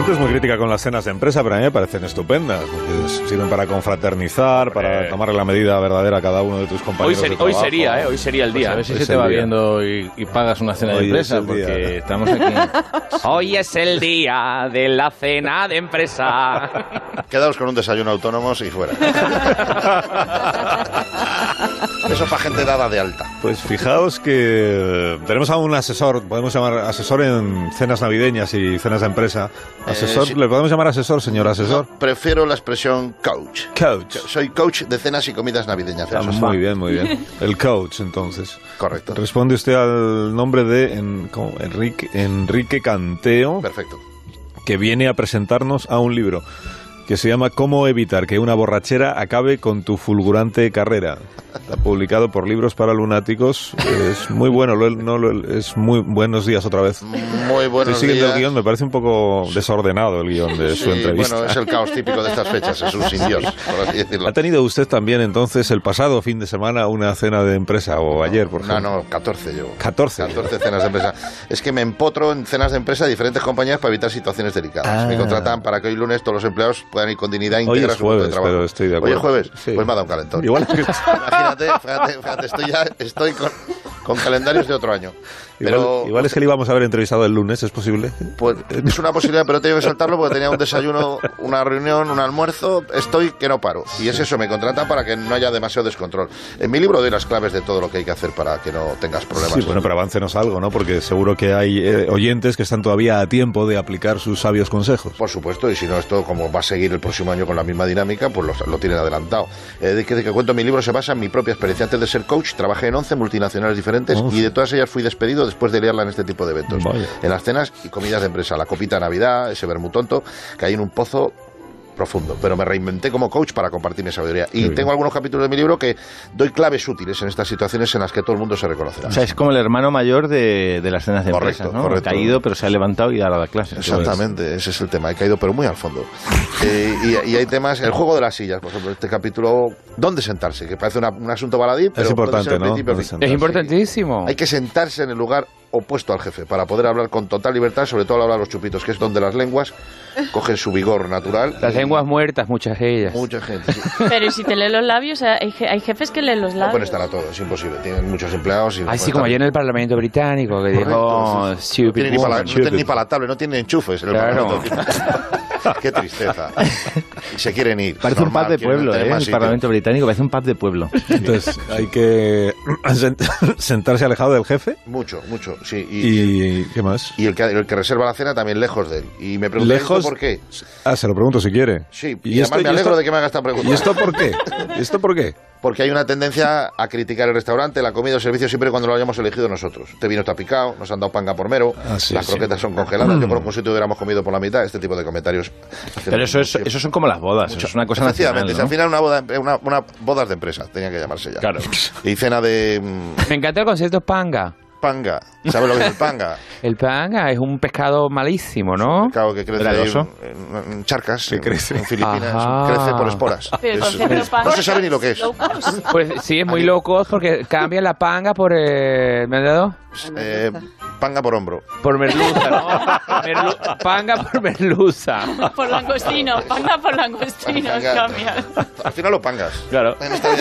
gente es muy crítica con las cenas de empresa, pero a mí me parecen estupendas, porque sirven para confraternizar, para tomarle la medida verdadera a cada uno de tus compañeros de trabajo. Hoy sería el día. Pues a ver si se te va viendo y pagas una cena de empresa, porque estamos aquí. Hoy es el día de la cena de empresa. Quedaos con un desayuno autónomos y fuera. Eso para gente dada de alta. Pues fijaos que tenemos a un asesor, podemos llamar asesor en cenas navideñas y cenas de empresa. Asesor, sí. ¿Le podemos llamar asesor, señor asesor? No, prefiero la expresión coach. Coach. Soy coach de cenas y comidas navideñas. Muy bien, muy bien. El coach, entonces. Correcto. Responde usted al nombre de Enrique Canteo. Perfecto. Que viene a presentarnos a un libro que se llama Cómo evitar que una borrachera acabe con tu fulgurante carrera. Está publicado por Libros para Lunáticos. Es muy bueno, es muy buenos días otra vez. Muy buenos Estoy siguiendo días. el guión, me parece un poco desordenado el guión de su entrevista. Bueno, es el caos típico de estas fechas, es un sin Dios, por así decirlo. ¿Ha tenido usted también entonces el pasado fin de semana una cena de empresa o ayer, por ejemplo? No, 14 llevo. 14 cenas de empresa. Es que me empotro en cenas de empresa de diferentes compañías para evitar situaciones delicadas. Me contratan para que hoy lunes todos los empleados puedan ir con dignidad íntegra a su puesto de trabajo. Pero estoy de acuerdo. Hoy es jueves, sí. Pues me ha dado un calentón. Igual que... Fíjate, estoy con calendarios de otro año. Pero, igual es que le íbamos a haber entrevistado el lunes, ¿es posible? Pues es una posibilidad, pero he tenido que saltarlo porque tenía un desayuno, una reunión, un almuerzo. Estoy que no paro. Y es eso, me contratan para que no haya demasiado descontrol. En mi libro doy las claves de todo lo que hay que hacer para que no tengas problemas. Sí, bueno, pero aváncenos algo, ¿no? Porque seguro que hay oyentes que están todavía a tiempo de aplicar sus sabios consejos. Por supuesto, y si no, esto como va a seguir el próximo año con la misma dinámica, pues lo tienen adelantado. De que cuento mi libro se basa en mi propia experiencia. Antes de ser coach, trabajé en 11 multinacionales diferentes y de todas ellas fui despedido después de liarla en este tipo de eventos. Vaya. En las cenas y comidas de empresa, la copita de Navidad, ese vermú tonto, caí en un pozo profundo, pero me reinventé como coach para compartir mi sabiduría. Y tengo algunos capítulos de mi libro que doy claves útiles en estas situaciones en las que todo el mundo se reconocerá. O sea, es como el hermano mayor de las cenas de empresas, ¿no? Correcto. Ha caído, pero se ha levantado y ahora da clases. Exactamente, ese es el tema. He caído, pero muy al fondo. Y hay temas, el juego de las sillas, por ejemplo, este capítulo, ¿dónde sentarse? Que parece un asunto baladí, pero es importante, ¿no? Es importantísimo. Hay que sentarse en el lugar opuesto al jefe para poder hablar con total libertad, sobre todo al hablar los chupitos, que es donde las lenguas cogen su vigor natural. Las lenguas muertas, muchas de ellas. Mucha gente, sí. Pero ¿y si te leen los labios? Hay jefes que leen los No labios. pueden estar a todo, es imposible. Tienen muchos empleados. Y Así como ayer en el Parlamento británico, que dijo... no tienen ni para la tablet, no tienen enchufes en el Parlamento. Qué tristeza. Y se quieren ir. Parece un pub de pueblo, el Parlamento británico parece un pub de pueblo. Entonces, hay que sentarse alejado del jefe. Mucho, sí. ¿Y qué más? Y el que reserva la cena también lejos de él. Y me pregunté por qué. Se lo pregunto si quiere. Sí, y además me alegro de que me haga esta pregunta. ¿Y esto por qué? ¿Esto por qué? Porque hay una tendencia a criticar el restaurante, la comida o el servicio siempre cuando lo hayamos elegido nosotros. Este vino está picado, nos han dado panga por mero, las croquetas son congeladas, yo por un sitio hubiéramos comido por la mitad, este tipo de comentarios. Pero eso son como las bodas, eso es una cosa nacional, ¿no? Al final una bodas de empresa, tenía que llamarse ya. Claro. Y cena de... Me encanta el concepto panga. Panga. ¿Sabes lo que es el panga? El panga es un pescado malísimo, ¿no? Un pescado que crece en charcas, en Filipinas, crece por esporas. No se sabe ni lo que es. Pues sí, es muy loco porque cambia la panga por... ¿me han dado? Panga por hombro. Por merluza, ¿no? Panga por merluza. Por langostino, panga por langostino. Cambia. Al final lo pangas. Claro. En esta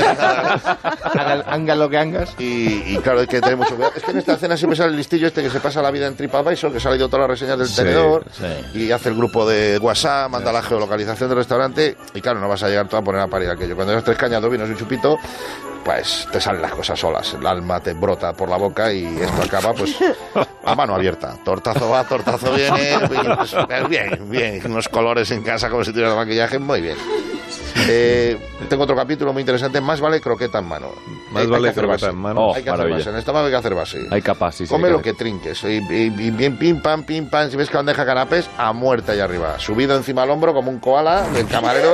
vida Angas lo que angas. Y claro, hay que tener mucho cuidado. Es que en esta cena siempre sale el listillo este que se pasa la vida en TripAdvisor, que se ha leído todas las reseñas del tenedor y hace el grupo de WhatsApp, manda la geolocalización del restaurante y claro, no vas a llegar tú a poner a parir aquello. Cuando llevas 3 cañas, 2 vinos y un chupito, pues te salen las cosas solas. El alma te brota por la boca y esto acaba pues a mano abierta. Tortazo va, tortazo viene. Bien. Unos colores en casa como si tuvieras maquillaje, muy bien. Tengo otro capítulo muy interesante. Más vale croqueta en mano. Más vale croqueta en mano. Hay que hacer base. En el estómago hay que hacer base. Hay capaz, sí. Come lo que trinques. Y bien pim pam. Si ves que bandeja canapés, a muerte allá arriba. Subido encima al hombro como un koala del camarero.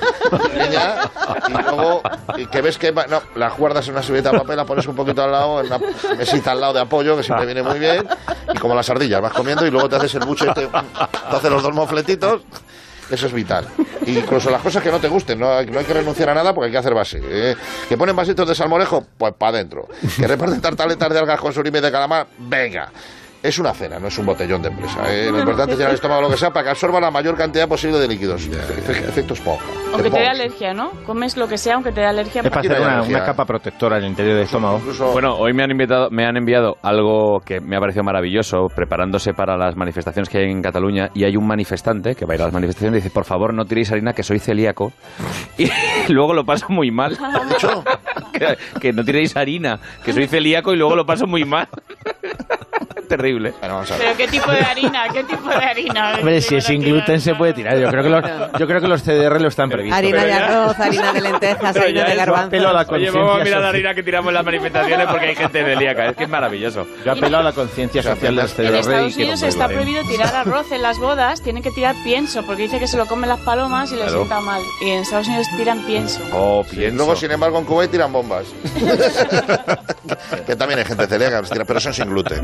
Y luego que ves que la guardas en una servilleta de papel, la pones un poquito al lado, en una mesita al lado de apoyo, que siempre viene muy bien. Y como las ardillas, vas comiendo y luego te haces el buche, te haces los 2 mofletitos. Eso es vital. Incluso las cosas que no te gusten, no hay que renunciar a nada porque hay que hacer base. Que ponen vasitos de salmorejo, pues para adentro. Que reparten tartaletas de algas con surimi de calamar, venga. Es una cena, no es un botellón de empresa. Lo importante es llenar el estómago lo que sea para que absorba la mayor cantidad posible de líquidos. Efecto esponja. Aunque te dé alergia, ¿no? Comes lo que sea, aunque te dé alergia. Es para hacer una capa protectora en el interior del estómago. Bueno, hoy me han enviado algo que me ha parecido maravilloso, preparándose para las manifestaciones que hay en Cataluña, y hay un manifestante que va a ir a las manifestaciones y dice, por favor, no tiréis harina, que soy celíaco. Y luego lo paso muy mal. Que no tiréis harina, que soy celíaco y luego lo paso muy mal. Terrible. Bueno, ¿pero qué tipo de harina? ¿Qué tipo de harina? Hombre, si es sin gluten se puede tirar. Yo creo que los CDR lo están previstos. Harina de arroz, harina de lentejas, harina de garbanzos. Oye, vamos a mirar la harina que tiramos en las manifestaciones porque hay gente celíaca. Es que es maravilloso. Yo apelo a la conciencia social de los CDR. En Estados Unidos está prohibido tirar arroz en las bodas. Tienen que tirar pienso porque dice que se lo comen las palomas y les sienta mal. Y en Estados Unidos tiran pienso. Oh, pienso. Luego, sin embargo, en Kuwait tiran bombas. Que también hay gente celíaca, pero son sin gluten.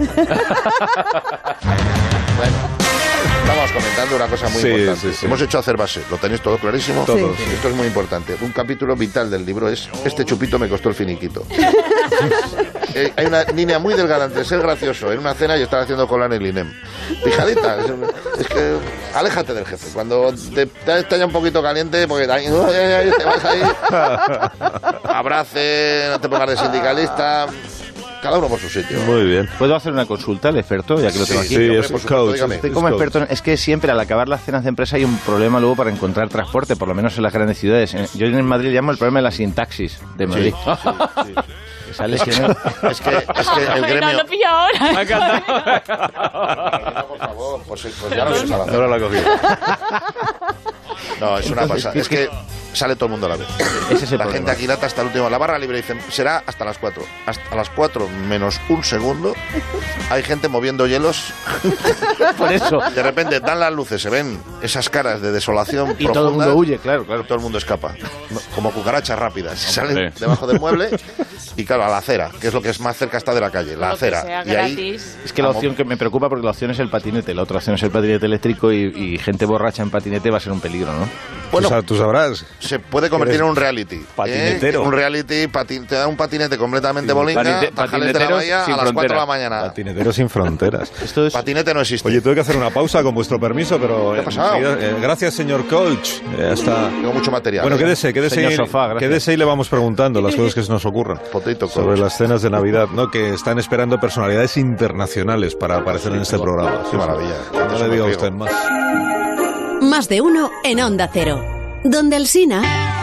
Bueno, estamos comentando una cosa muy importante. Sí. Hemos hecho hacer base, ¿lo tenéis todo clarísimo? Todos. Sí. Esto es muy importante. Un capítulo vital del libro es este chupito me costó el finiquito. Hay una línea muy delgada entre ser gracioso en una cena y estar haciendo cola en el INEM. Pijadita. Es que aléjate del jefe. Cuando te está ya un poquito caliente, porque te vas ahí, abrace, no te pongas de sindicalista. Cada uno por su sitio. Muy bien. ¿Puedo hacer una consulta al experto? Ya que lo tengo aquí. Sí, es un coach. Usted como experto, es que siempre al acabar las cenas de empresa hay un problema luego para encontrar transporte, por lo menos en las grandes ciudades. Yo en Madrid llamo el problema de la sintaxis de Madrid. Sí. ¿Sales que no? Es que el gremio... No, lo pillo ahora. Me ha encantado. No, por favor, pues ya no se sabe. Ahora la he cogido. No, es una pasada. Es que sale todo el mundo a la vez. Ese es el la problema. gente aquí lata hasta el último. La barra libre dicen, será hasta las 4. Hasta las 4 menos un segundo hay gente moviendo hielos. Por eso. De repente dan las luces, se ven esas caras de desolación Y profunda, todo el mundo huye, claro. todo el mundo escapa. Como cucarachas rápidas. Salen debajo del mueble y claro, a la acera, que es lo que es más cerca está de la calle, la acera. Y ahí, es que la opción que me preocupa porque la opción es el patinete, la otra opción es el patinete eléctrico y gente borracha en patinete va a ser un peligro, ¿no? bueno, tú sabrás. Se puede convertir en un reality. Patinetero. Un reality, te da un patinete completamente bolinga, tajales de la bahía a las 4 de la mañana. Patinetero sin fronteras. Esto es... Patinete no existe. Oye, tuve que hacer una pausa con vuestro permiso, pero... ¿Qué ha pasado? Gracias, señor coach. Tengo mucho material. Bueno, quédese y le vamos preguntando las cosas que se nos ocurran sobre las cenas de Navidad, ¿no? Que están esperando personalidades internacionales para aparecer en este programa. Qué maravilla. No le diga a usted más. Más de uno en Onda Cero. Donde Alsina...